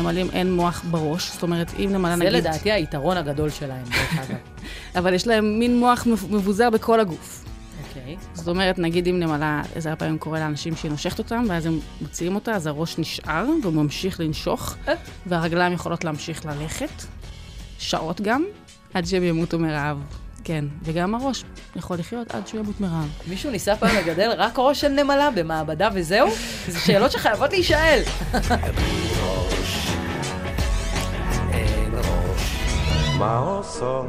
לנמלים אין מוח בראש, זאת אומרת, אם נמלה נגיד... זה לדעתי היתרון הגדול שלהם, דרך אגב. אבל יש להם מין מוח מבוזר בכל הגוף. אוקיי. זאת אומרת, נגיד אם נמלה, איזה הרבה פעמים קורה לאנשים שהיא נושכת אותם, ואז הם מוציאים אותה, אז הראש נשאר, והוא ממשיך לנשוך, והרגליים יכולות להמשיך ללכת, שעות גם, עד שהם ימותו מרעב. כן, וגם הראש יכול לחיות עד שהוא ימות מרעב. מישהו ניסה פעם לגדל רק ראש של נמלה במעבדה וזהו? זה שאלות שחייבות להישאל. אין ראש. מה עושות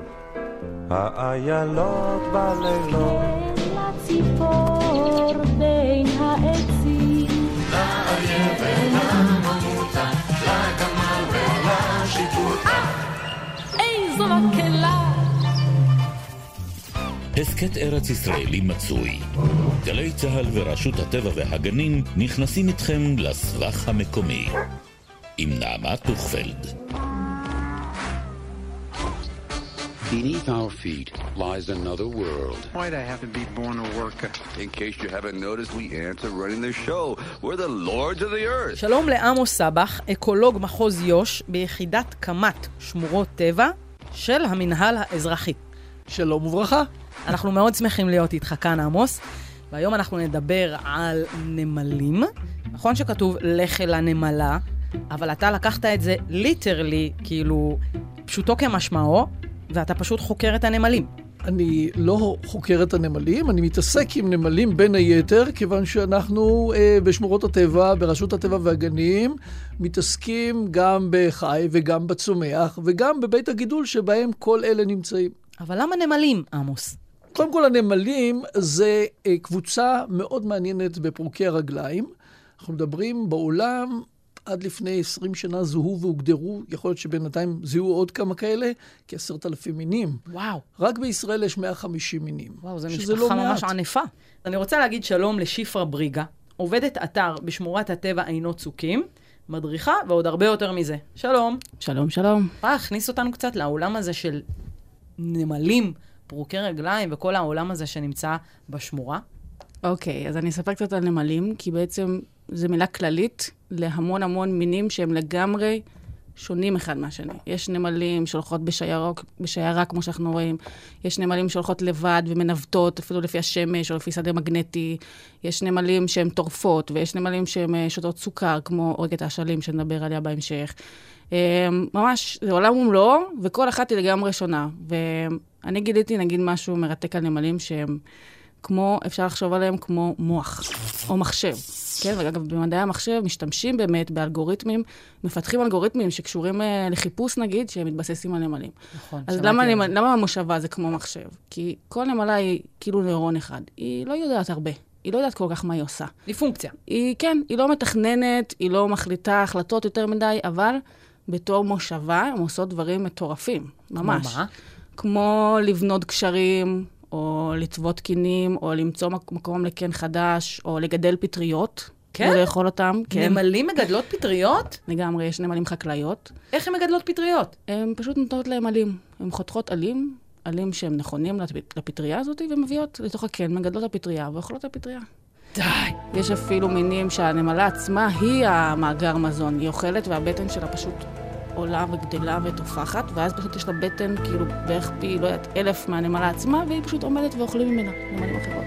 האיילות בלילות? לציפור בין העצים. לאריה ולממותה, לגמל ולשיטוטה. איזו מקהלה. הסקט ארץ ישראלי מצוי. גלי צהל ורשות הטבע והגנים נכנסים איתכם לסבך המקומי. עם נעמה טוכפלד. Beneath our feet lies another world. Why'd I have to be born a worker? In case you haven't noticed, we answer running the show. We're the lords of the earth. שלום לעמוס סבח, אקולוג מחוז יוש ביחידת קמת שמורות טבע של המנהל האזרחי. שלום וברכה. אנחנו מאוד שמחים להיות איתך כאן, עמוס. והיום אנחנו נדבר על נמלים. נכון שכתוב לחל הנמלה, אבל אתה לקחת את זה ליטרלי, כאילו פשוטו כמשמעו, ואתה פשוט חוקר את הנמלים. אני לא חוקר את הנמלים, אני מתעסק עם נמלים בין היתר, כיוון שאנחנו בשמורות הטבע, ברשות הטבע והגנים, מתעסקים גם בחי וגם בצומח, וגם בבית הגידול שבהם כל אלה נמצאים. אבל למה נמלים, עמוס? קודם כל, הנמלים זה קבוצה מאוד מעניינת בפרוקי הרגליים. אנחנו מדברים בעולם, עד לפני 20 שנה זוהו והוגדרו, יכול להיות שבינתיים זיהו עוד כמה כאלה, כ10,000 מינים. וואו. רק בישראל יש 150 מינים. וואו, זו משפחה ממש ענפה. אני רוצה להגיד שלום לשפרה בריגה, עובדת אתר בשמורת הטבע עינות צוקים, מדריכה ועוד הרבה יותר מזה. שלום. שלום, שלום. הכניס אותנו קצת לעולם הזה של נמלים, פרוקי רגליים וכל העולם הזה שנמצא בשמורה. אוקיי, אז אני אספר קצת על נמלים, כי בעצם זו מילה כללית להמון המון מינים שהם לגמרי שונים אחד מהשני. יש נמלים שהולכות בשיירה, כמו שאנחנו רואים. יש נמלים שהולכות לבד ומנווטות, אפילו לפי השמש או לפי שדה מגנטי. יש נמלים שהן טורפות, ויש נמלים שהן שותות סוכר, כמו עורקת האשלים שנדבר עליה בהמשך. ממש, זה עולם ומלואו, וכל אחת היא לגמרי שונה. ואני גיליתי, נגיד, משהו מרתק על נמלים שהם כמו, אפשר לחשוב עליהם כמו מוח או מחשב. כן, ואגב, במדעי המחשב משתמשים באמת באלגוריתמים, מפתחים אלגוריתמים שקשורים לחיפוש, נגיד, שהם מתבססים על נמלים. נכון. אז למה המושבה זה כמו מחשב? כי כל נמלה היא כאילו נוירון אחד. היא לא יודעת הרבה. היא לא יודעת כל כך מה היא עושה. היא פונקציה. כן, היא לא מתכננת, היא לא מחליטה החלטות יותר מדי, אבל בתור מושבה הם עושות דברים מטורפים. ממש. כמו מה? כמו לבנות קשרים, או לטוות קינים, או למצוא מקום לקן חדש, או לגדל פטריות. כן? ולאכול אותם. כן. נמלים מגדלות פטריות? לגמרי, יש נמלים חקלאיות. איך הן מגדלות פטריות? הן פשוט נותנות להם עלים. הן חותכות עלים שהם נכונים לפטריה הזאת, ומביאות לתוך הקן, מגדלות הפטריה, ואוכלות הפטריה. די. יש אפילו מינים שהנמלה עצמה היא המאגר מזון. היא אוכלת, והבטן שלה פשוט עולה וגדלה ותופחת, ואז פשוט יש לה בטן, כאילו בערך פי, לא יודעת, 1,000 מהנמלה עצמה, והיא פשוט עומדת ואוכלים ממנה, נמלים אחרות.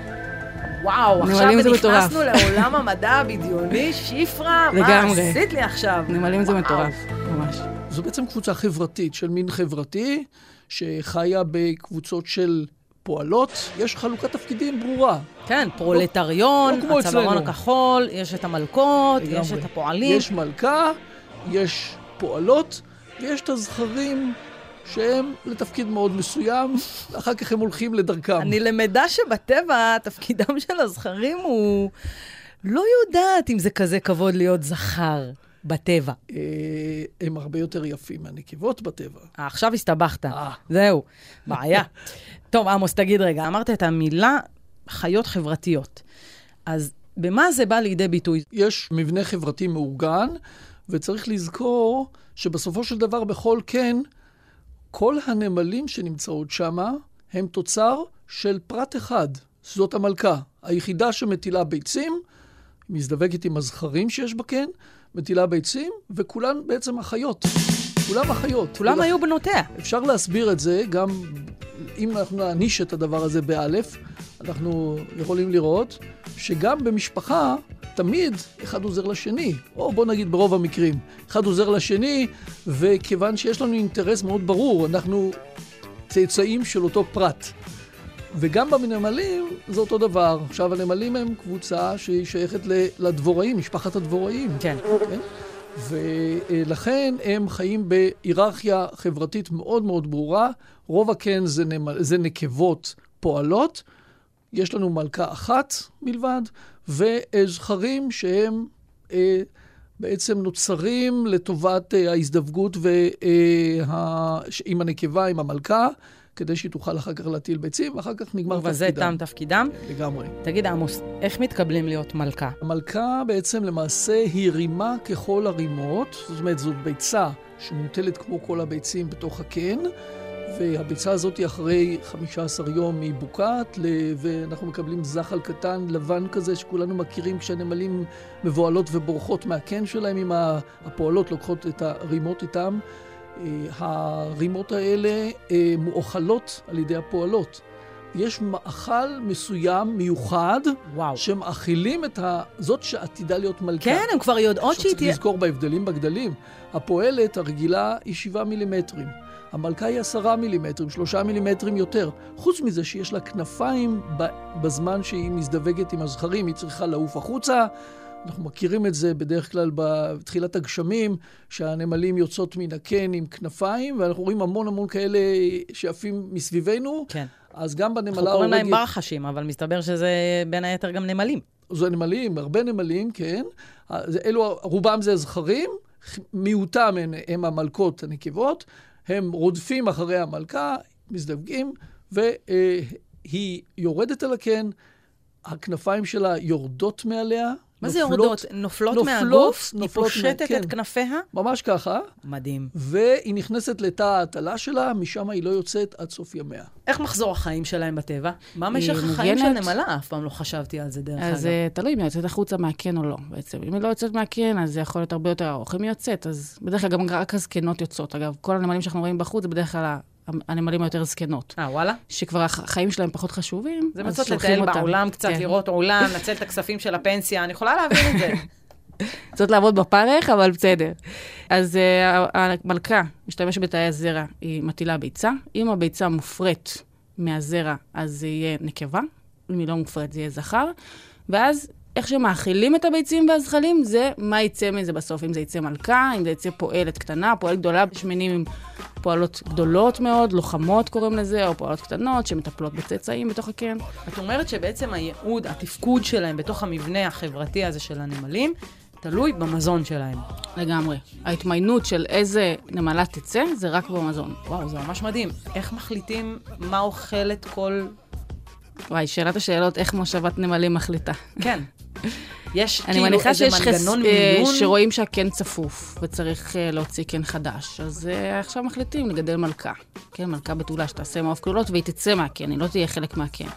וואו, עכשיו נכנסנו לעולם המדע הבדיוני, שפרה, מה עשית לי עכשיו? נמלים זה מטורף, ממש. זו בעצם קבוצה חברתית של מין חברתי, שחיה בקבוצות של פועלות. יש חלוקת תפקידים ברורה. כן, פרולטריון, הצווארון הכחול, יש את המלכות, יש את הפועלים. יש מלכה, יש פועלות, ויש את הזכרים שהם לתפקיד מאוד מסוים, ואחר כך הם הולכים לדרכם. אני למדה שבטבע, תפקידם של הזכרים הוא לא יודעת אם זה כזה כבוד להיות זכר בטבע. הם הרבה יותר יפים מהנקבות בטבע. עכשיו הסתבכת. זהו, בעיה. טוב, עמוס, תגיד רגע, אמרת את המילה חיות חברתיות. אז במה זה בא לידי ביטוי? יש מבנה חברתי מאורגן, וצריך לזכור שבסופו של דבר בכל כן, כל הנמלים שנמצאות שמה הם תוצר של פרט אחד. זאת המלכה, היחידה שמטילה ביצים, מזדווגת עם הזכרים שיש בה כן, מטילה ביצים, וכולן בעצם אחיות. כולם אחיות. כולם היו בנותיה. אפשר להסביר את זה גם, אם אנחנו נעניש את הדבר הזה באלף, אנחנו יכולים לראות שגם במשפחה, תמיד אחד עוזר לשני, או בוא נגיד ברוב המקרים, אחד עוזר לשני, וכיוון שיש לנו אינטרס מאוד ברור, אנחנו צאצאים של אותו פרט. וגם בנמלים זה אותו דבר. עכשיו, הנמלים הם קבוצה שהיא שייכת לדבוראים, משפחת הדבוראים. כן. כן? ולכן הם חיים בהיררכיה חברתית מאוד מאוד ברורה. רוב הקן זה נקבות פועלות. יש לנו מלכה אחת מלבד, וזכרים שהם בעצם נוצרים לטובת ההזדווגות עם הנקבה, עם המלכה, כדי שהיא תוכל אחר כך להטיל ביצים, ואחר כך נגמר תפקידם. וזה תם תפקידם? לגמרי. תגיד, עמוס, איך מתקבלים להיות מלכה? המלכה בעצם למעשה היא רימה ככל הרימות, זאת אומרת, זאת ביצה שמוטלת כמו כל הביצים בתוך הקן, והביצה הזאת אחרי 15 יום היא בוקעת, ואנחנו מקבלים זחל קטן, לבן כזה, שכולנו מכירים כשהנמלים מבועלות ובורחות מהקן שלהם, עם הפועלות לוקחות את הרימות איתם. הרימות האלה מואכלות על ידי הפועלות. יש מאכל מסוים, מיוחד, שמאכילים את זאת שעתידה להיות מלכה. כן, הם כבר יודעות שהיא תהיה... צריך לזכור בהבדלים בגדלים. הפועלת הרגילה היא 7 מילימטרים. המלכה היא 10 מילימטרים, 3 מילימטרים יותר. חוץ מזה שיש לה כנפיים בזמן שהיא מזדווגת עם הזכרים, היא צריכה לעוף החוצה. אנחנו מכירים את זה בדרך כלל בתחילת הגשמים, שהנמלים יוצאות מן הקן עם כנפיים, ואנחנו רואים המון המון כאלה שעפים מסביבנו. כן. אז גם בנמלה... אנחנו קוראים להם ברחשים, אבל מסתבר שזה בין היתר גם נמלים. זה נמלים, הרבה נמלים, כן. רובם זה זכרים, מיעוטם הם המלכות הנקבות, הם רודפים אחרי המלכה, מזדווגים, והיא יורדת על הקן, הכנפיים שלה יורדות מעליה. מה זה יורדות? נופלות מהגוף? היא פושטת את כנפיה? ממש ככה. מדהים. והיא נכנסת לתא ההטלה שלה, משם היא לא יוצאת עד סוף ימיה. איך מחזור החיים שלהם בטבע? מה משך החיים של נמלה? אף פעם לא חשבתי על זה דרך אגב. אז תלוי אם היא יוצאת החוצה מהקן או לא, בעצם. אם היא לא יוצאת מהקן, אז זה יכול להיות הרבה יותר ארוך. אם היא יוצאת, אז בדרך כלל גם רק הזקנות יוצאות. אגב, כל הנמלים שאנחנו רואים בחוץ, זה בדרך כלל הנמלים היותר זקנות. וואלה? שכבר החיים שלהם פחות חשובים, זה מצות לטייל בעולם קצת, לראות עולם, לנצל את הכספים של הפנסיה, אני יכולה להבין את זה. צריך לעבוד בפרך, אבל בסדר. אז המלכה משתמשת בתאי הזרע, היא מטילה ביצה. אם הביצה מופרט מהזרע, אז זה יהיה נקבה. אם היא לא מופרט, זה יהיה זכר. ואז איך שמאכילים את הביצים והזחלים, זה מה יצא מזה בסוף. אם זה יצא מלכה, אם זה יצא פועלת קטנה, פועלת גדולה, שמנים עם פועלות גדולות מאוד, לוחמות קוראים לזה, או פועלות קטנות שמטפלות בצאצאים בתוך הקן. את אומרת שבעצם הייעוד, התפקוד שלהם בתוך המבנה החברתי הזה של הנמלים, תלוי במזון שלהם. לגמרי. ההתמיינות של איזה נמלה תצא, זה רק במזון. וואו, זה ממש מדהים. איך מחליטים מה אוכלת כל... וואי, שאלת השאלות, איך מושבת נמלים מחליטה. כן. יש אני כאילו מניחה איזה מנגנון מיון? שרואים שהקן צפוף, וצריך להוציא קן חדש. אז עכשיו מחליטים לגדל מלכה. כן, מלכה בתולה שתעשה מעוף כלולות, והיא תצא מהקן, היא לא תהיה חלק מהקן.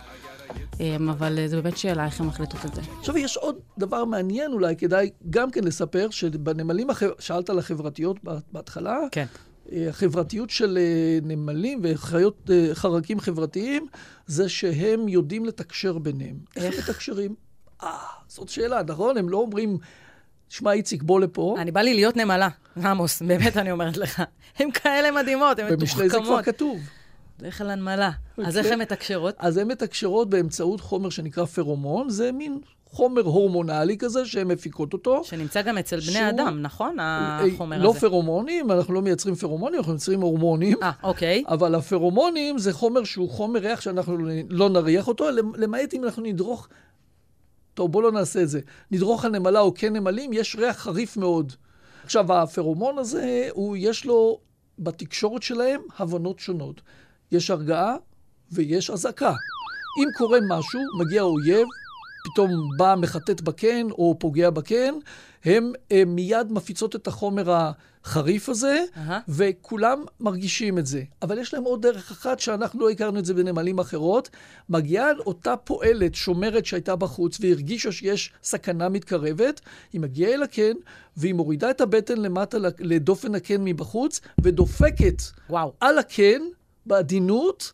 אבל זה באמת שאלה איך הם מחליטות את זה. עכשיו, יש עוד דבר מעניין אולי, כדאי גם כן לספר, שבנמלים, שאלת על החברתיות בהתחלה, כן. החברתיות של נמלים וחרקים חברתיים, זה שהם יודעים לתקשר ביניהם. איך מתקשרים? זאת שאלה, נכון? הם לא אומרים, שמע איציק, בוא לפה. אני בא לי להיות נמלה, עמוס, באמת אני אומרת לך. הם כאלה מדהימות, הם מתוחכמות. במשלי זה כבר כתוב. לך על הנמלה. אז איך הן מתקשרות? אז הן מתקשרות באמצעות חומר שנקרא פרומון, זה מין חומר הורמונלי כזה, שהן מפיקות אותו. שנמצא גם אצל בני אדם, נכון? החומר הזה. לא פרומונים, אנחנו לא מייצרים פרומונים, אנחנו מייצרים הורמונים. אוקיי. אבל הפרומונים זה חומר שהוא חומר ריח שאנחנו לא נריח אותו, למעט אם אנחנו נדרוך, טוב, בוא לא נעשה את זה. נדרוך על נמלה או כן נמלים, יש ריח חריף מאוד. עכשיו, הפרומון הזה, יש לו בתקשורת שלהם הבנות שונות. יש הרגעה ויש אזעקה. אם קורה משהו, מגיע האויב, פתאום בא מחטט בקן או פוגע בקן, הם מיד מפיצות את החומר החריף הזה, וכולם מרגישים את זה. אבל יש להם עוד דרך אחת שאנחנו לא הכרנו את זה בנמלים אחרות. מגיעה אותה פועלת, שומרת שהייתה בחוץ, והרגישה שיש סכנה מתקרבת, היא מגיעה אל הקן, והיא מורידה את הבטן למטה לדופן הקן מבחוץ, ודופקת על הקן בעדינות,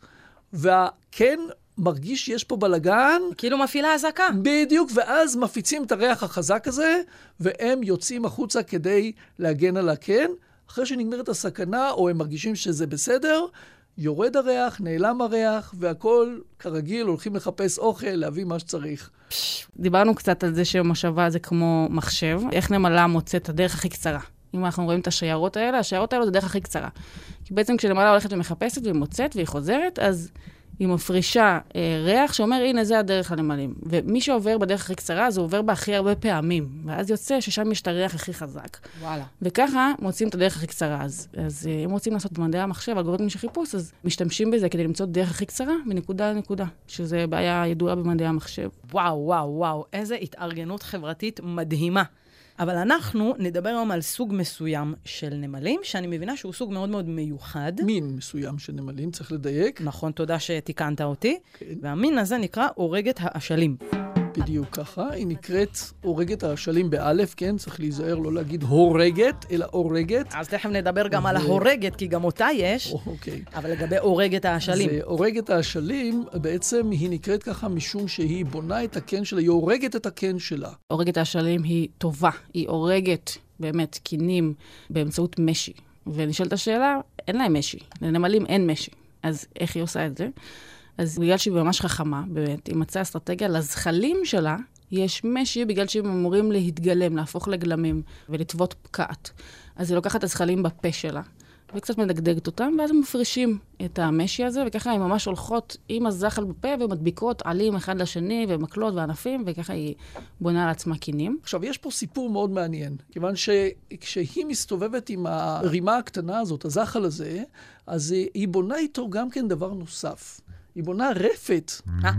והקן מרגיש שיש פה בלגן. כאילו מפעילה הזעקה. בדיוק, ואז מפיצים את הריח החזק הזה, והם יוצאים החוצה כדי להגן על הקן. אחרי שנגמרת הסכנה, או הם מרגישים שזה בסדר, יורד הריח, נעלם הריח, והכל כרגיל, הולכים לחפש אוכל, להביא מה שצריך. דיברנו קצת על זה שמושבה זה כמו מחשב. איך נמלה מוצאת את הדרך הכי קצרה? אם אנחנו רואים את השיירות האלה זה הדרך הכי קצרה. כי בעצם כשנמלה הולכת ומחפשת והיא מוצאת והיא חוזרת, אז היא מפרישה ריח שאומר, הנה, זה הדרך לנמלים. ומי שעובר בדרך הכי קצרה, זה עובר בה הכי הרבה פעמים. ואז יוצא ששם יש את הריח הכי חזק. וואלה. וככה מוצאים את הדרך הכי קצרה. אז אם רוצים לעשות במדעי המחשב, אלגוריתמים של חיפוש, אז משתמשים בזה כדי למצוא דרך הכי קצרה מנקודה לנקודה, שזה בעיה ידועה במדעי המחשב. וואו, וואו, וואו. איזה התארגנות חברתית מדהימה. אבל אנחנו נדבר היום על סוג מסוים של נמלים, שאני מבינה שהוא סוג מאוד מאוד מיוחד. מין מסוים של נמלים, צריך לדייק. נכון, תודה שתיקנת אותי. כן. והמין הזה נקרא אורגת האשלים. בדיוק ככה, היא נקראת אורגת האשלים באלף, כן? צריך להיזהר לא להגיד הורגת, אלא אורגת. אז תכף נדבר גם על ההורגת, כי גם אותה יש. אוקיי. אבל לגבי אורגת האשלים. זה אורגת האשלים, בעצם היא נקראת ככה משום שהיא בונה את הקן שלה, היא אורגת את הקן שלה. אורגת האשלים היא טובה, היא אורגת באמת קינים באמצעות משי. ונשאלת השאלה, אין להם משי. לנמלים אין משי. אז איך היא עושה את זה? אז בגלל שהיא ממש חכמה, באמת, היא מצאה אסטרטגיה, לזחלים שלה יש משי בגלל שהם אמורים להתגלם, להפוך לגלמים ולטוות פקעת. אז היא לוקחת את הזחלים בפה שלה, וקצת מדגדגת אותם, ואז הם מפרישים את המשי הזה, וככה הן ממש הולכות עם הזחל בפה ומדביקות עלים אחד לשני, ומקלות וענפים, וככה היא בונה לעצמה קינים. עכשיו, יש פה סיפור מאוד מעניין, כיוון שכשהיא מסתובבת עם הרימה הקטנה הזאת, הזחל הזה, אז היא בונה איתו גם כן דבר נוסף. היא בונה רפת.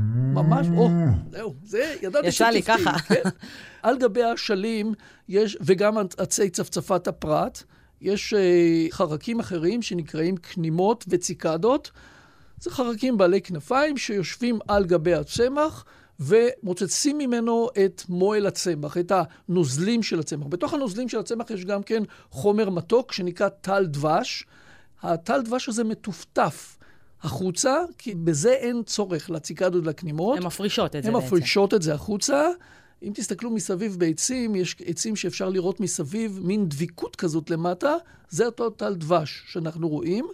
ממש, זהו, זה ידעתי יצא לי ככה. כן? על גבי האשלים יש, וגם עצי צפצפת הפרט, יש חרקים אחרים שנקראים קנימות וציקדות. זה חרקים בעלי כנפיים שיושבים על גבי הצמח, ומוצצים ממנו את מועל הצמח, את הנוזלים של הצמח. בתוך הנוזלים של הצמח יש גם כן חומר מתוק שנקרא טל דבש. הטל דבש הזה מטופטף החוצה, כי בזה אין צורך לציקדות ולקנימות. הן מפרישות את זה בעצם. הן מפרישות את זה החוצה. אם תסתכלו מסביב בעצים, יש עצים שאפשר לראות מסביב, מין דביקות כזאת למטה, זה אותו טל דבש שאנחנו רואים,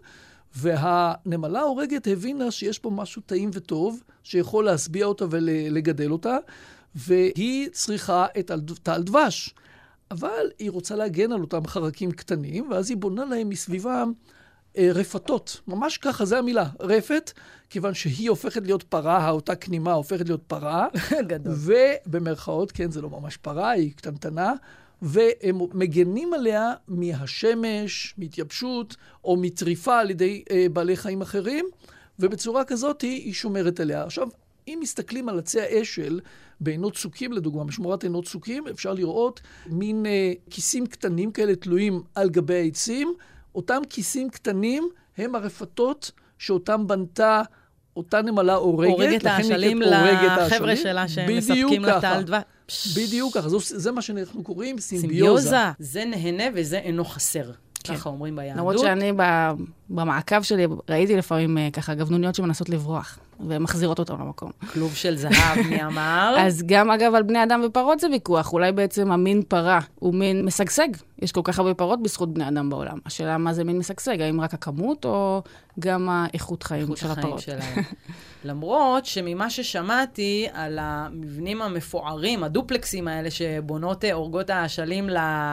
והנמלה ההורגת הבינה שיש פה משהו טעים וטוב, שיכול להשביע אותה ולגדל אותה, והיא צריכה את טל דבש. אבל היא רוצה להגן על אותם חרקים קטנים, ואז היא בונה להם מסביבם רפתות. ממש ככה, זה המילה, רפת, כיוון שהיא הופכת להיות פרה, אותה קנימה הופכת להיות פרה. גדול. ובמרכאות, כן, זה לא ממש פרה, היא קטנטנה, והם מגנים עליה מהשמש, מהתייבשות, או מטריפה על ידי בעלי חיים אחרים, ובצורה כזאת היא שומרת עליה. עכשיו, אם מסתכלים על עצי האשל, בעינות צוקים, לדוגמה, משמורת עינות צוקים, אפשר לראות מין כיסים קטנים כאלה תלויים על גבי העצים. אותם כיסים קטנים הם הרפתות שאותם בנתה אותה נמלה אורגת האשלים לחבר'ה שלה שמספקים לטל דבש. בדיוק ככה, זה מה שאנחנו קוראים סימביוזה. זה נהנה וזה אינו חסר. ככה אומרים ביהדות. למרות שאני במעקב שלי ראיתי לפעמים ככה גבנוניות שמנסות לברוח, ומחזירות אותם למקום. כלוב של זהב, מי אמר? אז גם אגב על בני אדם ופרות זה ויכוח, אולי בעצם המין פרה הוא מין משגשג. יש כל כך הרבה פרות בזכות בני אדם בעולם. השאלה מה זה מין משגשג, האם רק הכמות או גם האיכות חיים של הפרות. שלהם. למרות שממה ששמעתי על המבנים המפוארים, הדופלקסים האלה שבונות אורגות האשלים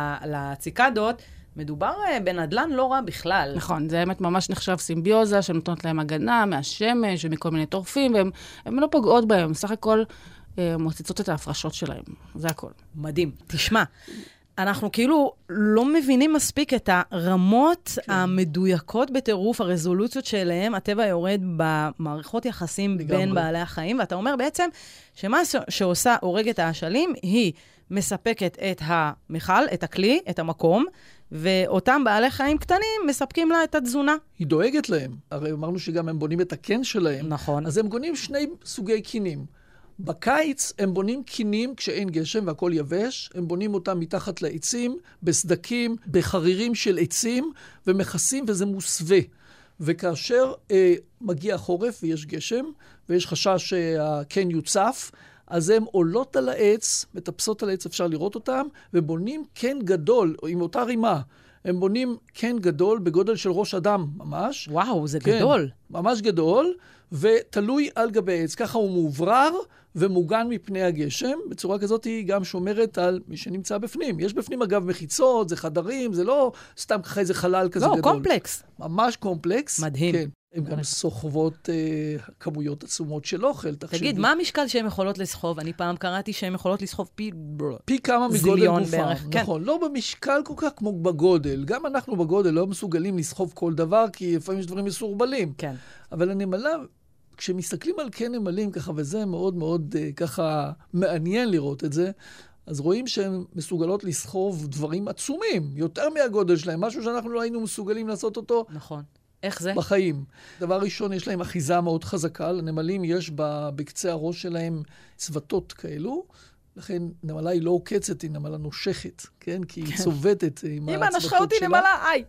ציקדות, מדובר בנדלן לא רע בכלל. נכון, זה באמת ממש נחשב סימביוזה, שנותנות להם הגנה מהשמש ומכל מיני טורפים, והן לא פוגעות בהם, סך הכל מוצצות את ההפרשות שלהם. זה הכל. מדהים. תשמע, אנחנו כאילו לא מבינים מספיק את הרמות המדויקות בטירוף, הרזולוציות שלהם, הטבע יורד במערכות יחסים בין בעלי החיים, ואתה אומר בעצם שמה שעושה הורגת האשלים, היא מספקת את המכל, את הכלי, את המקום, ואותם בעלי חיים קטנים מספקים לה את התזונה. היא דואגת להם. הרי אמרנו שגם הם בונים את הקן שלהם. נכון. אז הם בונים שני סוגי קינים. בקיץ הם בונים קינים כשאין גשם והכל יבש, הם בונים אותם מתחת לעצים, בסדקים, בחרירים של עצים, ומכסים וזה מוסווה. וכאשר מגיע החורף ויש גשם, ויש חשש שהקן יוצף, אז הם עולות על העץ, מטפסות על העץ, אפשר לראות אותם, ובונים קן גדול, עם אותה רימה. הם בונים קן גדול בגודל של ראש אדם ממש. וואו, זה כן, גדול. ממש גדול, ותלוי על גבי עץ. ככה הוא מאוברר ומוגן מפני הגשם. בצורה כזאת היא גם שומרת על מי שנמצא בפנים. יש בפנים אגב מחיצות, זה חדרים, זה לא סתם ככה איזה חלל כזה גדול. לא, קומפלקס. ממש קומפלקס. מדהים. כן. הן גם סוחבות כמויות עצומות של אוכל. תגיד, מה המשקל שהן יכולות לסחוב? אני פעם קראתי שהן יכולות לסחוב פי כמה מגודל גופם. בערך. נכון, לא במשקל כל כך כמו בגודל. גם אנחנו בגודל לא מסוגלים לסחוב כל דבר, כי לפעמים יש דברים מסורבלים. כן. אבל הנמלה, כשמסתכלים על כן נמלים ככה, וזה מאוד מאוד ככה מעניין לראות את זה, אז רואים שהן מסוגלות לסחוב דברים עצומים, יותר מהגודל שלהם, משהו שאנחנו לא היינו מסוגלים לעשות אותו. נכון. איך זה? בחיים. דבר ראשון, יש להם אחיזה מאוד חזקה. לנמלים יש בקצה הראש שלהם צוותות כאלו. לכן נמלה היא לא עוקצת, היא נמלה נושכת, כן? כי היא צובטת עם הצוותות שלה. אמא, נשכה אותי נמלה, איי!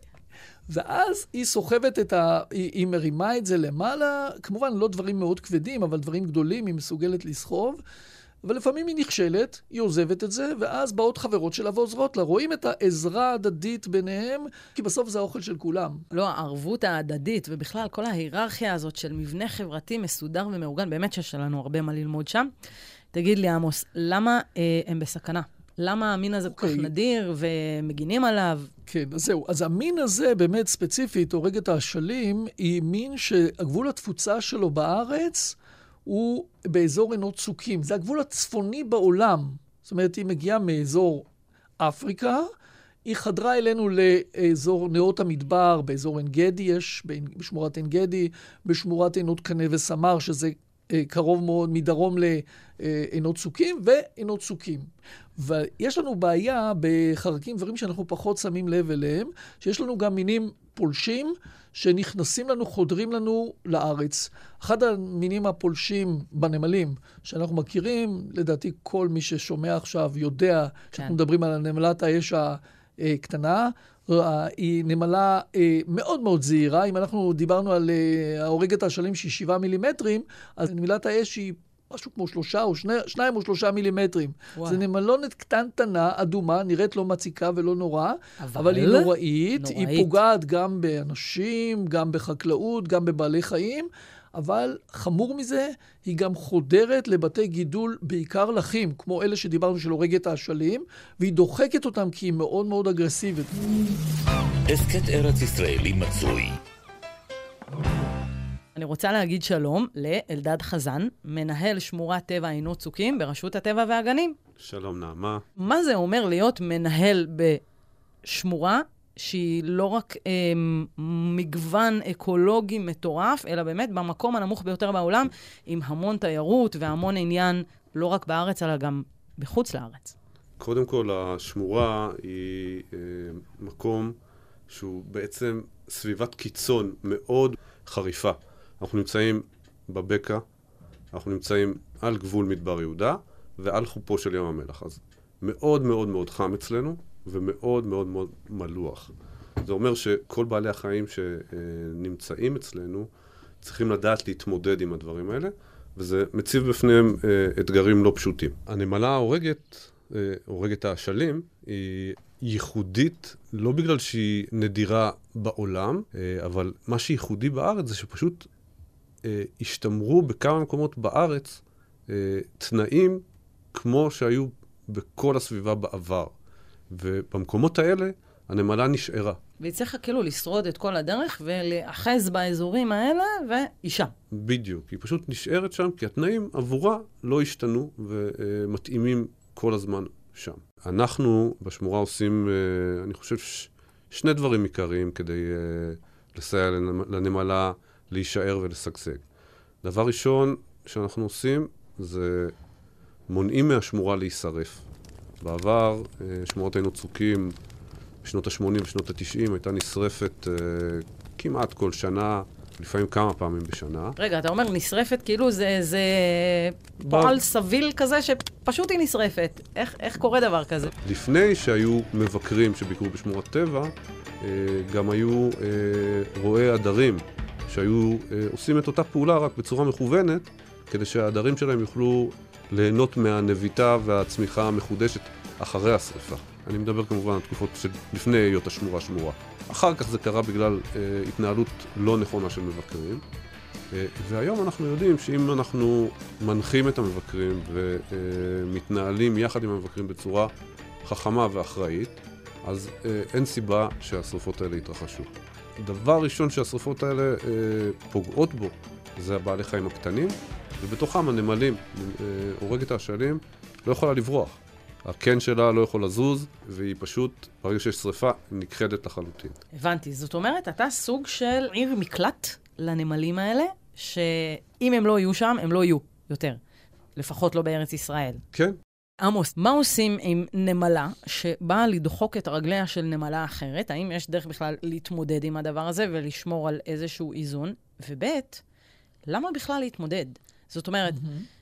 ואז היא סוחבת היא מרימה את זה למעלה, כמובן לא דברים מאוד כבדים, אבל דברים גדולים היא מסוגלת לסחוב. אבל לפעמים היא נכשלת, היא עוזבת את זה, ואז באות חברות שלה ועוזרות לה. רואים את העזרה ההדדית ביניהם, כי בסוף זה האוכל של כולם. לא, הערבות ההדדית, ובכלל כל ההיררכיה הזאת של מבנה חברתי מסודר ומאורגן, באמת שיש לנו הרבה מה ללמוד שם. תגיד לי, עמוס, למה הם בסכנה? למה המין הזה כל כך נדיר ומגינים עליו? כן, אז זהו. אז המין הזה באמת ספציפית, הורגת האשלים, היא מין שהגבול התפוצה שלו בארץ הוא באזור עינות צוקים. זה הגבול הצפוני בעולם. זאת אומרת, היא מגיעה מאזור אפריקה, היא חדרה אלינו לאזור נאות המדבר, באזור עין גדי יש, בשמורת עין גדי, בשמורת עינות קנה וסמר, שזה קרוב מאוד מדרום לעינות צוקים ועינות צוקים. ויש לנו בעיה בחרקים, דברים שאנחנו פחות שמים לב אליהם, שיש לנו גם מינים פולשים שנכנסים לנו, חודרים לנו לארץ. אחד המינים הפולשים בנמלים שאנחנו מכירים, לדעתי כל מי ששומע עכשיו יודע שאנחנו מדברים על נמלת האש הקטנה, היא נמלה מאוד מאוד זהירה. אם אנחנו דיברנו על ההורגת האשלים שהיא 7 מילימטרים, אז נמלת האש היא משהו כמו 2 או 3 מילימטרים. זה נמלונת קטנטנה, אדומה, נראית לא מציקה ולא נורא, אבל היא נוראית. היא פוגעת גם באנשים, גם בחקלאות, גם בבעלי חיים, אבל חמור מזה, היא גם חודרת לבתי גידול בעיקר לחים, כמו אלה שדיברנו של הורגת האשלים, והיא דוחקת אותם כי היא מאוד מאוד אגרסיבית. הסקט ארץ ישראלי מצוי. אני רוצה להגיד שלום לאלדד חזן, מנהל שמורת טבע עינות צוקים ברשות הטבע והגנים. שלום נעמה. מה זה אומר להיות מנהל בשמורה שהיא לא רק מגוון אקולוגי מטורף, אלא באמת במקום הנמוך ביותר בעולם, עם המון תיירות והמון עניין, לא רק בארץ, אלא גם בחוץ לארץ? קודם כל, השמורה היא מקום שהוא בעצם סביבת קיצון מאוד חריפה. אנחנו נמצאים בבקע, אנחנו נמצאים על גבול מדבר יהודה, ועל חופו של ים המלח. אז מאוד מאוד מאוד חם אצלנו, ומאוד מאוד מאוד מלוח. זה אומר שכל בעלי החיים שנמצאים אצלנו, צריכים לדעת להתמודד עם הדברים האלה, וזה מציב בפניהם אתגרים לא פשוטים. הנמלה הורגת האשלים, היא ייחודית, לא בגלל שהיא נדירה בעולם, אבל מה שייחודי בארץ זה שפשוט השתמרו בכמה מקומות בארץ תנאים כמו שהיו בכל הסביבה בעבר. ובמקומות האלה הנמלה נשארה. והיא צריכה כאילו לשרוד את כל הדרך ולאחז באזורים האלה ואישה. בדיוק. היא פשוט נשארת שם כי התנאים עבורה לא השתנו ומתאימים כל הזמן שם. אנחנו בשמורה עושים, אני חושב, שני דברים עיקריים כדי לסייע לנמלה להישאר ולשגשג. דבר ראשון שאנחנו עושים זה מונעים מהשמורה להישרף. בעבר שמורות היינו צוקים בשנות ה-80 ושנות ה-90, הייתה נשרפת כמעט כל שנה, לפעמים כמה פעמים בשנה. רגע, אתה אומר נשרפת, כאילו זה פועל סביל כזה שפשוט היא נשרפת. איך קורה דבר כזה? לפני שהיו מבקרים שביקרו בשמורת טבע, גם היו רואי עדרים שהיו עושים את אותה פעולה רק בצורה מכוונת, כדי שהעדרים שלהם יוכלו ליהנות מהנביטה והצמיחה המחודשת אחרי השריפה. אני מדבר כמובן על תקופות שלפני היות השמורה שמורה. אחר כך זה קרה בגלל התנהלות לא נכונה של מבקרים. והיום אנחנו יודעים שאם אנחנו מנחים את המבקרים ומתנהלים יחד עם המבקרים בצורה חכמה ואחראית, אז אין סיבה שהשריפות האלה יתרחשו. דבר ראשון שהשריפות האלה פוגעות בו זה הבעלי חיים הקטנים, ובתוכם הנמלים, הורגת האשלים, לא יכולה לברוח. הקן שלה לא יכול לזוז, והיא פשוט, ברגע שיש שריפה, נכחדת לחלוטין. הבנתי. זאת אומרת, אתה סוג של עיר מקלט לנמלים האלה, שאם הם לא יהיו שם, הם לא יהיו יותר. לפחות לא בארץ ישראל. כן. עמוס, מה עושים עם נמלה שבאה לדחוק את רגליה של נמלה אחרת? האם יש דרך בכלל להתמודד עם הדבר הזה ולשמור על איזשהו איזון? ובית, למה בכלל להתמודד? זאת אומרת,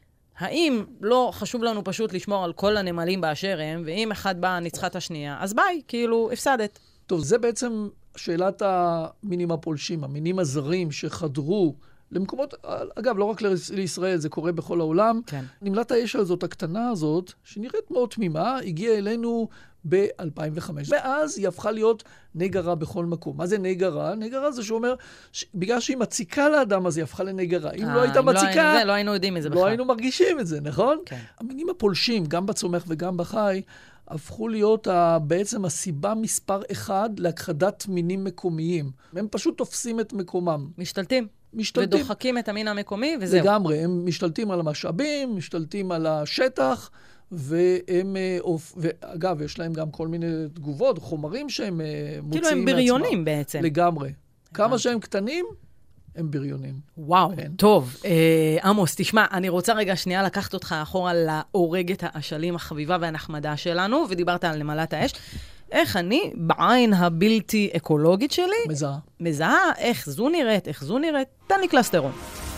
האם לא חשוב לנו פשוט לשמור על כל הנמלים באשר הם, ואם אחד בא ניצחה את השנייה, אז ביי, כאילו, הפסדת. טוב, זה בעצם שאלת המינים הפולשים, המינים הזרים שחדרו למקומות, אגב, לא רק לישראל, זה קורה בכל העולם. כן. נמלת האש הזאת, הקטנה הזאת, שנראית מאוד תמימה, הגיעה אלינו ב-2005. ואז היא הפכה להיות נגרה בכל מקום. מה זה נגרה? נגרה זה שאומר, בגלל שהיא מציקה לאדם, אז היא הפכה לנגרה. אם לא הייתה מציקה, לא היינו יודעים את זה בכלל. לא היינו מרגישים את זה, נכון? כן. המינים הפולשים, גם בצומח וגם בחי, הפכו להיות בעצם הסיבה מספר אחד להכחדת מינים מקומיים. הם פשוט תופסים את מקומם. משתלטים. משתלטים. ודוחקים את המין המקומי, וזהו. לגמרי, הם משתלטים על המשאבים, משתלטים על השטח, והם, ואגב, יש להם גם כל מיני תגובות, חומרים שהם מוציאים מעצמם. כאילו הם בריונים בעצם. לגמרי. כמה שהם קטנים, הם בריונים. וואו, טוב. עמוס, תשמע, אני רוצה רגע שנייה לקחת אותך אחורה להורגת האשלים החביבה והנחמדה שלנו, ודיברת על נמלת האש. איך אני, בעין הבלתי אקולוגית שלי, מזהה איך זו נראית, תן לי קלסטרון.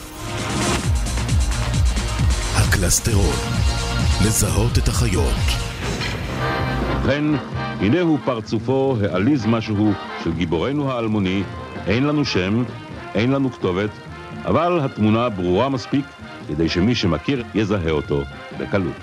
הקלסטרון, לזהות את החיות. ובכן, הנה הוא פרצופו העליז משהו של גיבורנו האלמוני, אין לנו שם, אין לנו כתובת, אבל התמונה ברורה מספיק כדי שמי שמכיר יזהה אותו בקלות.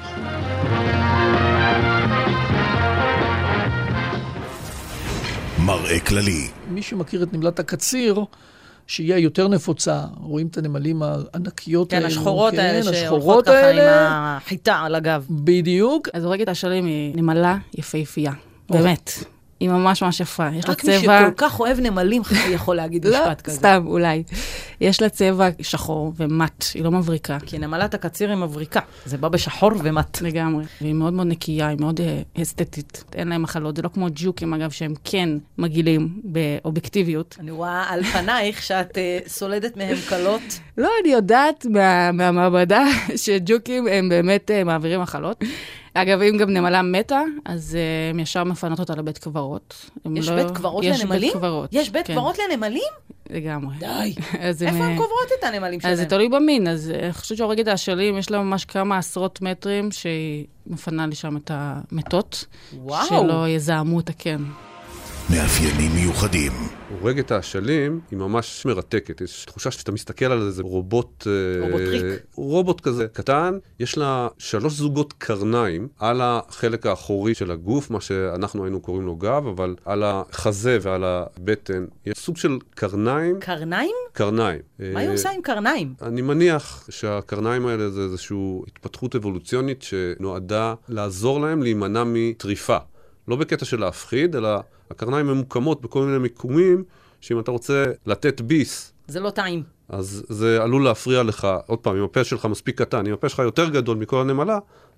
מראה כללי. מי שמכיר את נמלת הקציר, שהיא יותר נפוצה, רואים את הנמלים הענקיות האלה. כן, השחורות כן, האלה שהולכות ככה עם החיטה על הגב. בדיוק. אז הורגת האשלים היא נמלה יפהפייה. באמת. היא ממש ממש יפה. יש לה צבע... רק מי שכל כך אוהב נמלים יכול להגיד משפט כזה. לא, סתם, אולי. יש לה צבע שחור ומט, היא לא מבריקה. כי נמלת הקציר היא מבריקה. זה בא בשחור ומט. לגמרי. והיא מאוד מאוד נקייה, היא מאוד אסתטית. אין להם מחלות. זה לא כמו ג'וקים, אגב, שהם כן מגעילים באובייקטיביות. אני רואה על פנייך שאת סולדת מהם קלות. לא, אני יודעת מהמעבדה שג'וקים הם באמת מעבירים מחלות. אגב, אם גם נמלה מתה, אז הם ישר מפנות אותה לבית קברות. יש בית קברות לנמלים? יש בית קברות. יש בית קברות לנמלים? לגמרי. די. איפה הם קוברות את הנמלים שלהם? אז זה תלוי במין. אז אני חושבת שהורגת האשלים, יש לה ממש כמה עשרות מטרים שהיא מפנה לי שם את המתות. וואו. שלא יזהמו את הקן. מאפיינים מיוחדים. הורגת האשלים היא ממש מרתקת. יש תחושה שאתה מסתכל על איזה רובוט... רובוטריק. רובוט כזה קטן. יש לה 3 זוגות קרניים על החלק האחורי של הגוף, מה שאנחנו היינו קוראים לו גב, אבל על החזה ועל הבטן יש סוג של קרניים. קרניים? קרניים. מה היא עושה עם קרניים? אני מניח שהקרניים האלה זה איזושהי התפתחות אבולוציונית שנועדה לעזור להם להימנע מטריפה. לא בקטע של להפחיד, אלא הקרניים ממוקמות בכל מיני מיקומים, שאם אתה רוצה לתת ביס... זה לא טעים. אז זה עלול להפריע לך, עוד פעם, אם הפה שלך מספיק קטן, אם הפה שלך יותר גדול מכל הנמלה,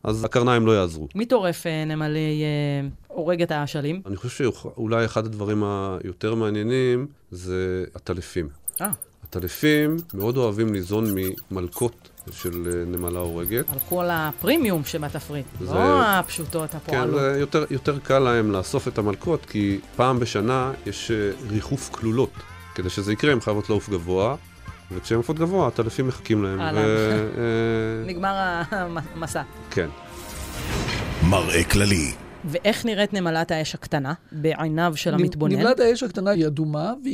אז הקרניים לא יעזרו. מי טורף נמלי הורג את האשלים? אני חושב שאולי אחד הדברים היותר מעניינים זה הטלפים. הטלפים מאוד אוהבים ליזון ממלכות של נמלה הורגת. הלכו על הפרימיום שבתפריט, לא הפשוטות, הפועלות. כן, זה יותר קל להם לאסוף את המלכות, כי פעם בשנה יש ריחוף כלולות. כדי שזה יקרה, הם חייבות לעוף גבוה, וכשהם עופות גבוה, הטלפים מחכים להם. נגמר המסע. כן. מראה כללי. ואיך נראית נמלת האש הקטנה בעיניו של המתבונן? נמלת האש הקטנה היא אדומה, והיא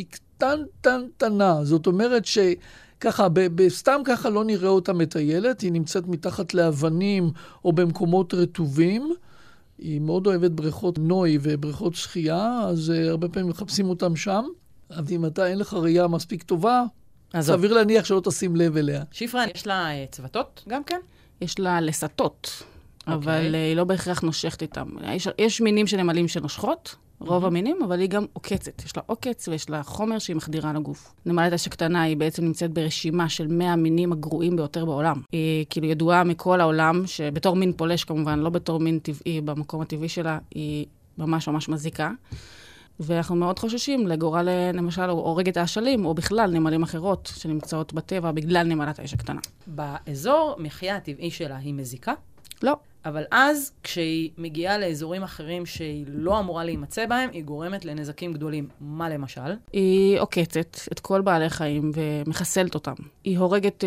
קטנה. זאת אומרת שככה, סתם ככה לא נראה אותה מטיילת, היא נמצאת מתחת לאבנים או במקומות רטובים. היא מאוד אוהבת בריכות נוי ובריכות שחייה, אז הרבה פעמים מחפשים אותם שם. אבל אם אתה אין לך ראייה מספיק טובה, סביר להניח שלא תשים לב אליה. שפרה, יש לה צוותות גם כן? יש לה לסתות, אבל היא לא בהכרח נושכת איתם. יש מינים של נמלים שנושכות, רוב המינים, אבל היא גם עוקצת. יש לה עוקץ ויש לה חומר שהיא מחדירה לגוף. נמלת האש הקטנה היא בעצם נמצאת ברשימה של 100 מינים הגרועים ביותר בעולם. היא כאילו ידועה מכל העולם, שבתור מין פולש כמובן, לא בתור מין טבעי במקום הטבעי שלה, היא ממש ממש מזיקה. ואנחנו מאוד חוששים לגורל, למשל, הורגת האשלים, או בכלל נמלים אחרות שנמצאות בטבע בגלל נמלת האש הקטנה. באזור מחיה הטבעי שלה היא מזיקה? לא. אבל אז, כשהיא מגיעה לאזורים אחרים שהיא לא אמורה להימצא בהם, היא גורמת לנזקים גדולים. מה למשל? היא עוקצת את כל בעלי חיים ומחסלת אותם. היא הורגת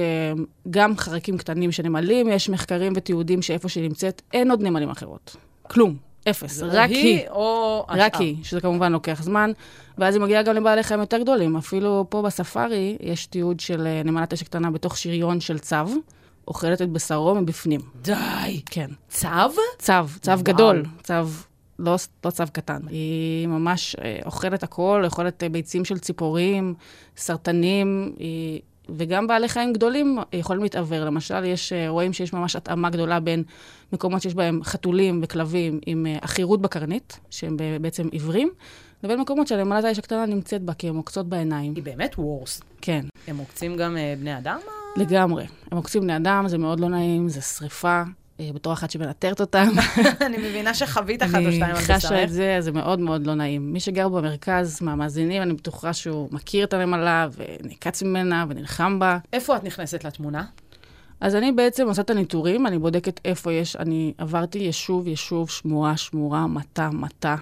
גם חרקים קטנים של נמלים, יש מחקרים ותיעודים שאיפה שהיא נמצאת, אין עוד נמלים אחרות. כלום. אפס, רק היא, רק היא, שזה כמובן לוקח זמן, ואז היא מגיעה גם לבעלי חיים יותר גדולים. אפילו פה בספארי יש תיעוד של נמלת אש קטנה בתוך שריון של צב, אוכלת את בשרו מבפנים. די! כן. צב? צב גדול, צב, לא צב קטן. היא ממש אוכלת הכל, אוכלת ביצים של ציפורים, סרטנים, וגם בעלי חיים גדולים יכולים להתעבר. למשל, רואים שיש ממש התאמה גדולה בין מקומות שיש בהם חתולים וכלבים עם אחירות בקרנית, שהם בעצם עיוורים, לבין מקומות שנמלת האש הקטנה נמצאת בה, כי הם עוקצות בעיניים. היא באמת וורס. כן. הם עוקצים גם בני אדם? לגמרי. הם עוקצים בני אדם, זה מאוד לא נעים, זה שריפה. בתור אחת שמנטרת אותם. אני מבינה שחווית אחת או שתיים על בשרך. אני חשה את זה, זה מאוד מאוד לא נעים. מי שגר במרכז מהמאזינים, אני בטוחה שהוא מכיר את הנמלה, ונקץ ממנה, ונלחם בה. איפה את נכנסת לתמונה? אז אני בעצם עושה את הניטורים, אני בודקת איפה יש, אני עברתי יישוב, שמורה, מטה,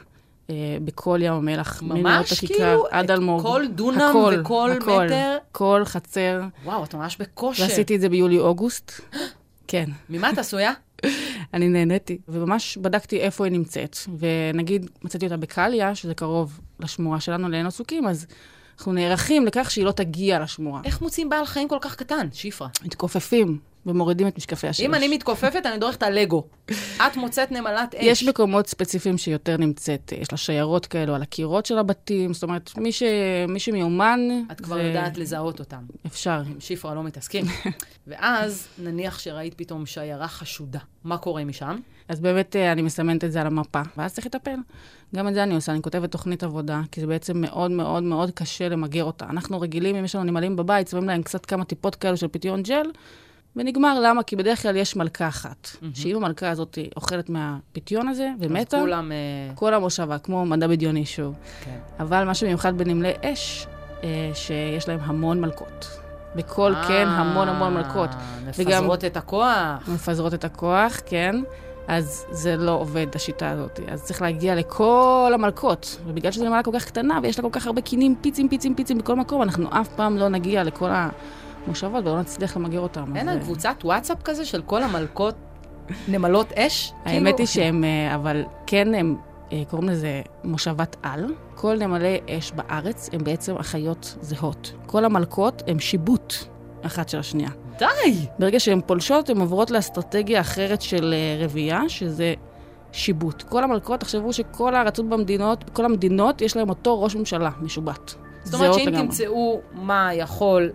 בכל ים המלח. ממש כאילו, כל דונם וכל מטר. כל חצר. וואו, את ממש בכושר. ועשיתי את זה ביולי-אוגוסט. כן. ממה את עשויה? אני נהניתי, וממש בדקתי איפה היא נמצאת. ונגיד, מצאתי אותה בקליה, שזה קרוב לשמורה שלנו לעין הסוקים, אז אנחנו נערכים לכך שהיא לא תגיע לשמורה. איך מוצאים בעל חיים כל כך קטן, שפרה? מתכופפים ומורידים את משקפי השמש. אם אני מתכופפת, אני דורכת על לגו. את מוצאת נמלת אש. יש מקומות ספציפיים שיותר נמצאת, יש לה שיירות כאלו על הקירות של הבתים, זאת אומרת, מי שמיומן... את כבר יודעת לזהות אותם. אפשר. עם שפרה לא מתעסקים. ואז נניח שראית פתאום שיירה חשודה. מה קורה משם? אז באמת אני מסמנת את זה על המפה, ואז צריך לטפל. גם את זה אני עושה, אני כותבת תוכנית עבודה, כי זה בעצם מאוד מאוד מאוד קשה למגר אותה. אנחנו רגילים, אם יש לנו נמלים בבית, שמים להם קצת כמה טיפות כאלו של פיתיון ג'ל, ונגמר. למה? כי בדרך כלל יש מלכה אחת. שאם המלכה הזאת אוכלת מהפיתיון הזה ומתה, אז כולם... כל המושבה, כמו מדע בדיוני שוב. כן. אבל משהו מיוחד בנמלי אש, שיש להם המון מלכות. בכל כן, המון מלכות. מפזרות את הכוח. מפזרות את הכוח, כן. אז זה לא עובד, השיטה הזאת. אז צריך להגיע לכל המלכות. ובגלל שזו נמלה כל כך קטנה, ויש לה כל כך הרבה קינים, פיצים בכל מקום, אנחנו אף פעם לא נגיע לכל המושבות, ולא נצליח למגר אותם. אין על קבוצת וואטסאפ כזה של כל המלכות נמלות אש? האמת היא שהם, אבל כן הם קוראים לזה מושבת על. כל נמלי אש בארץ הם בעצם אחיות זהות. כל המלכות הם שיבוט אחת של השנייה. די! ברגע שהן פולשות, הן עוברות לאסטרטגיה אחרת של רבייה, שזה שיבוט. כל המלכות תחשבו שכל הארצות במדינות, כל המדינות יש להם אותו ראש ממשלה משובט. זאת אומרת שאם תמצאו מה יכול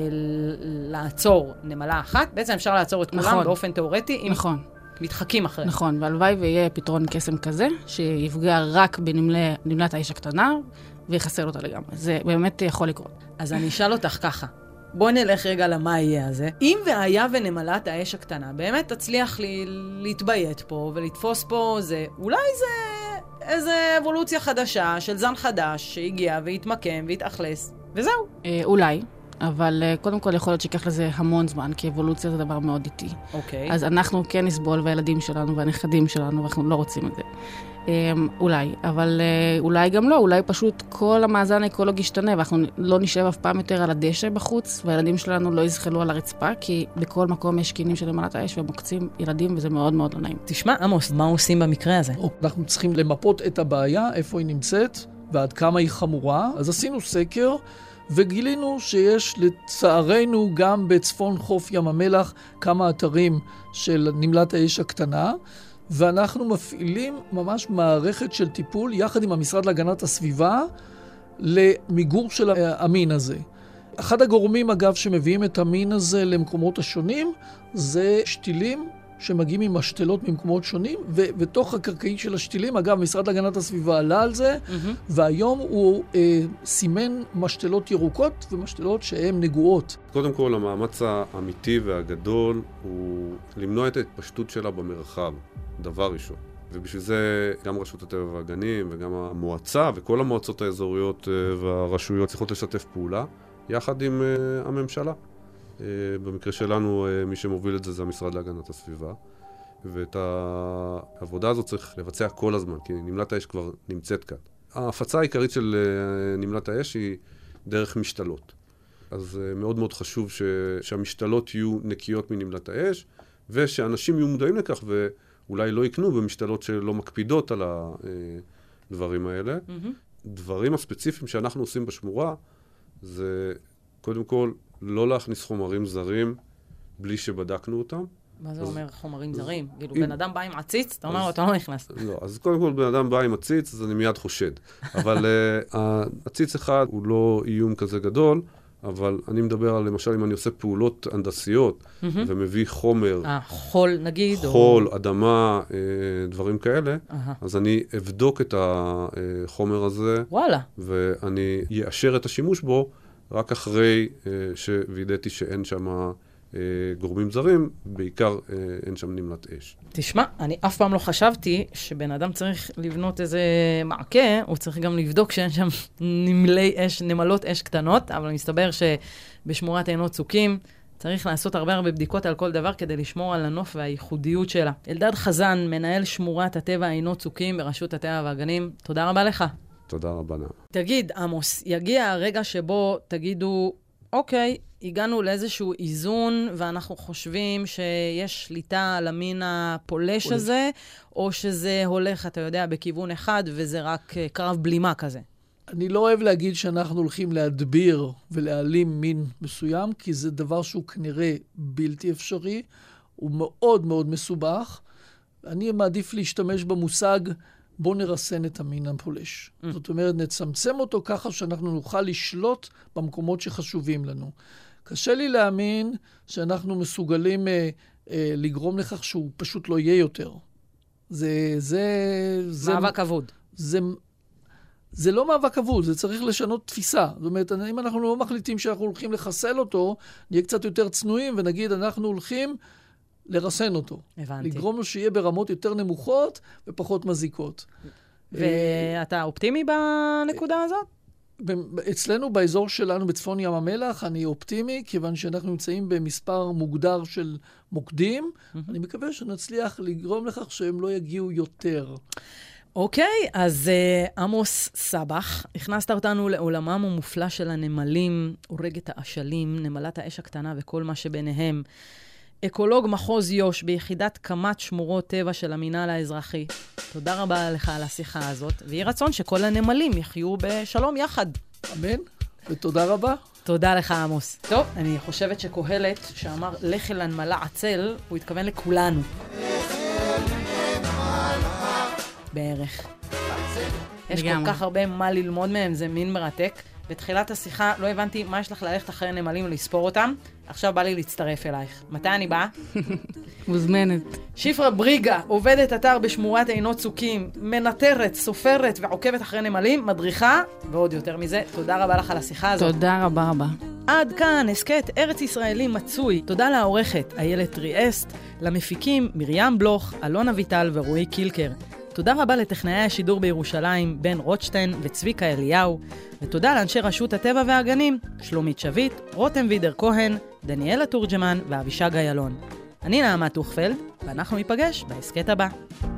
לעצור נמלה אחת, בעצם אפשר לעצור את כולם באופן תיאורטי, אם מתחקים אחרי. נכון, והלוואי ויהיה פתרון קסם כזה, שיפגע רק בנמלת האש הקטנה, ויחסל אותה לגמרי. זה באמת יכול לקרות. אז אני אשאל אותך ככה, בוא נלך רגע למה יהיה הזה. אם והיה ונמלת האש הקטנה, באמת תצליח להתביית פה ולתפוס פה, אולי זה איזה אבולוציה חדשה של זן חדש שהגיע והתמקם והתאכלס, וזהו. אולי. אבל קודם כל יכול להיות שיקח לזה המון זמן, כי אבולוציה זה דבר מאוד איטי. אוקיי. אז אנחנו כן נסבול, והילדים שלנו והנכדים שלנו, ואנחנו לא רוצים את זה. אולי, אבל אולי גם לא, אולי פשוט כל המאזן האקולוגי ישתנה, ואנחנו לא נשב אף פעם יותר על הדשא בחוץ, והילדים שלנו לא יזחלו על הרצפה, כי בכל מקום יש קינים של נמלת האש, ומוקצים ילדים, וזה מאוד מאוד לא נעים. תשמע, עמוס, מה עושים במקרה הזה? אנחנו צריכים למפות את הבעיה, איפה היא נמצאת, ועד כמה היא חמורה. אז עשינו סקר, וגילינו שיש לצערנו גם בצפון חוף ים המלח כמה אתרים של נמלת האש הקטנה, ואנחנו מפעילים ממש מערכת של טיפול יחד עם המשרד להגנת הסביבה למיגור של המין הזה. אחד הגורמים אגב שמביאים את המין הזה למקומות השונים זה שתילים שמגיעים עם משתלות ממקומות שונים, ובתוך הקרקעית של השתילים, אגב, משרד להגנת הסביבה עלה על זה, והיום הוא סימן משתלות ירוקות ומשתלות שהן נגועות. קודם כל, המאמץ האמיתי והגדול הוא למנוע את ההתפשטות שלה במרחב, דבר ראשון. ובשביל זה גם רשות הטבע והגנים וגם המועצה וכל המועצות האזוריות והרשויות צריכות לשתף פעולה, יחד עם הממשלה. במקרה שלנו, מי שמוביל את זה זה המשרד להגנת הסביבה, ואת העבודה הזאת צריך לבצע כל הזמן, כי נמלת האש כבר נמצאת כאן. ההפצה העיקרית של נמלת האש היא דרך משתלות. אז מאוד מאוד חשוב שהמשתלות יהיו נקיות מנמלת האש, ושאנשים יהיו מודעים לכך ואולי לא יקנו במשתלות שלא מקפידות על הדברים האלה. דברים הספציפיים שאנחנו עושים בשמורה זה קודם כל לא להכניס חומרים זרים בלי שבדקנו אותם. מה זה אומר חומרים זרים? כאילו בן אדם בא עם עציץ, אתה אומר לו, אתה לא נכנס. לא, אז קודם כל בן אדם בא עם עציץ, אז אני מיד חושד. אבל העציץ אחד הוא לא איום כזה גדול, אבל אני מדבר על, למשל, אם אני עושה פעולות הנדסיות, ומביא חומר. חול נגיד? חול, אדמה, דברים כאלה, אז אני אבדוק את החומר הזה. וואלה. ואני יאשר את השימוש בו, רק אחרי שווידאתי שאין שם גורמים זרים, בעיקר אין שם נמלת אש. תשמע, אני אף פעם לא חשבתי שבן אדם צריך לבנות איזה מעקה, הוא צריך גם לבדוק שאין שם נמלות אש קטנות, אבל מסתבר שבשמורת עינות צוקים צריך לעשות הרבה בדיקות על כל דבר כדי לשמור על הנוף והייחודיות שלה. אלדד חזן, מנהל שמורת הטבע עינות צוקים ברשות הטבע והגנים, תודה רבה לך. תודה רבה. תגיד, עמוס, יגיע הרגע שבו תגידו, אוקיי, הגענו לאיזשהו איזון, ואנחנו חושבים שיש שליטה על המין הפולש הזה, או שזה הולך, אתה יודע, בכיוון אחד, וזה רק קרב בלימה כזה? אני לא אוהב להגיד שאנחנו הולכים להדביר ולהעלים מין מסוים, כי זה דבר שהוא כנראה בלתי אפשרי, הוא מאוד מאוד מסובך. אני מעדיף להשתמש במושג, בוא נרסן את המין הפולש. זאת אומרת, נצמצם אותו ככה שאנחנו נוכל לשלוט במקומות שחשובים לנו. קשה לי להאמין שאנחנו מסוגלים לגרום לכך שהוא פשוט לא יהיה יותר. זה מאבק אבוד. זה לא מאבק אבוד, זה צריך לשנות תפיסה. זאת אומרת, אם אנחנו לא מחליטים שאנחנו הולכים לחסל אותו, נהיה קצת יותר צנועים ונגיד, אנחנו הולכים לרסן אותו. הבנתי. לגרום לו שיהיה ברמות יותר נמוכות ופחות מזיקות. ואתה אופטימי בנקודה הזאת? אצלנו, באזור שלנו, בצפון ים המלח, אני אופטימי, כיוון שאנחנו נמצאים במספר מוגדר של מוקדים. אני מקווה שנצליח לגרום לכך שהם לא יגיעו יותר. אוקיי, אז עמוס סבח, הכנסת אותנו לעולמם המופלא של הנמלים, אורגת האשלים, נמלת האש הקטנה וכל מה שביניהם. אקולוג מחוז יוש ביחידת קמת שמורות טבע של המינהל האזרחי. תודה רבה לך על השיחה הזאת, ויהי רצון שכל הנמלים יחיו בשלום יחד. אמן, ותודה רבה. תודה לך, עמוס. טוב, אני חושבת שקהלת, שאמר לך אל הנמלה עצל, הוא התכוון לכולנו. בערך. יש כל כך הרבה מה ללמוד מהם, זה מין מרתק. בתחילת השיחה לא הבנתי מה יש לך ללכת אחרי נמלים ולספור אותם. עכשיו בא לי להצטרף אלייך. מתי אני באה? מוזמנת. שפרה בריגה, עובדת אתר בשמורת עינות צוקים, מנטרת, סופרת ועוקבת אחרי נמלים, מדריכה, ועוד יותר מזה. תודה רבה לך על השיחה הזאת. תודה רבה רבה. עד כאן, הסקט ארץ ישראלי מצוי. תודה לעורכת איילת טריאסט, למפיקים מרים בלוך, אלונה ויטל ורועי קילקר. תודה רבה לטכנאי השידור בירושלים, בן רוטשטיין וצביקה אליהו, ותודה לאנשי רשות הטבע והגנים, שלומית שביט, רותם וידר כהן, דניאלה תורג'מן ואבישג איילון. אני נעמה תוכפלד, ואנחנו ניפגש בהסקט הבא.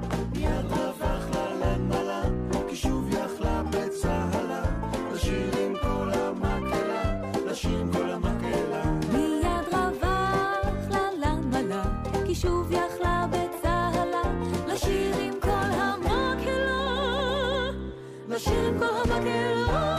שוב יחלה בצהלה, לשיר עם כל המקהלה, לשיר עם כל המקהלה.